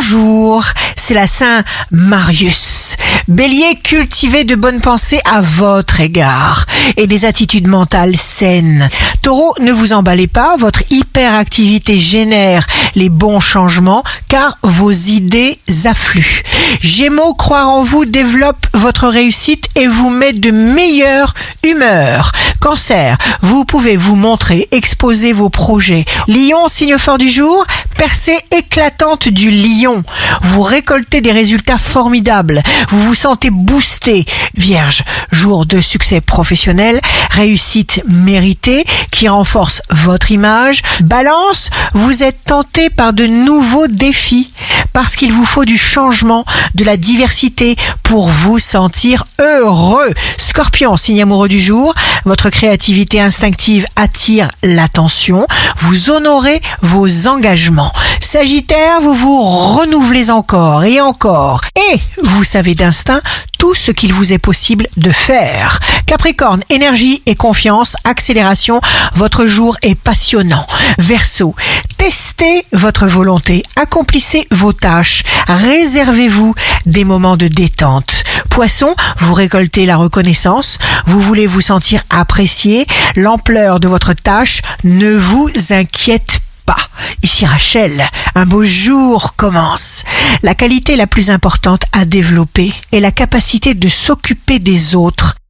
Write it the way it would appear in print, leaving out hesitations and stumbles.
Bonjour, c'est la Saint Marius. Bélier, cultivez de bonnes pensées à votre égard et des attitudes mentales saines. Taureau, ne vous emballez pas, votre hyperactivité génère les bons changements car vos idées affluent. Gémeaux, croire en vous développe votre réussite et vous met de meilleure humeur. Cancer, vous pouvez vous montrer, exposer vos projets. Lion, signe fort du jour, percée éclatante du lion. Vous récoltez des résultats formidables. Vous vous sentez boosté. Vierge, jour de succès professionnel, réussite méritée qui renforce votre image. Balance, vous êtes tenté par de nouveaux défis parce qu'il vous faut du changement, de la diversité pour vous sentir heureux. Scorpion, signe amoureux du jour, votre créativité instinctive attire l'attention. Vous honorez vos engagements. Sagittaire, vous vous renouvelez encore et encore. Et vous savez d'instinct tout ce qu'il vous est possible de faire. Capricorne, énergie et confiance, accélération, votre jour est passionnant. Verseau, testez votre volonté, accomplissez vos tâches, réservez-vous des moments de détente. Poisson, vous récoltez la reconnaissance, vous voulez vous sentir apprécié, l'ampleur de votre tâche ne vous inquiète pas. Ici Rachel, un beau jour commence. La qualité la plus importante à développer est la capacité de s'occuper des autres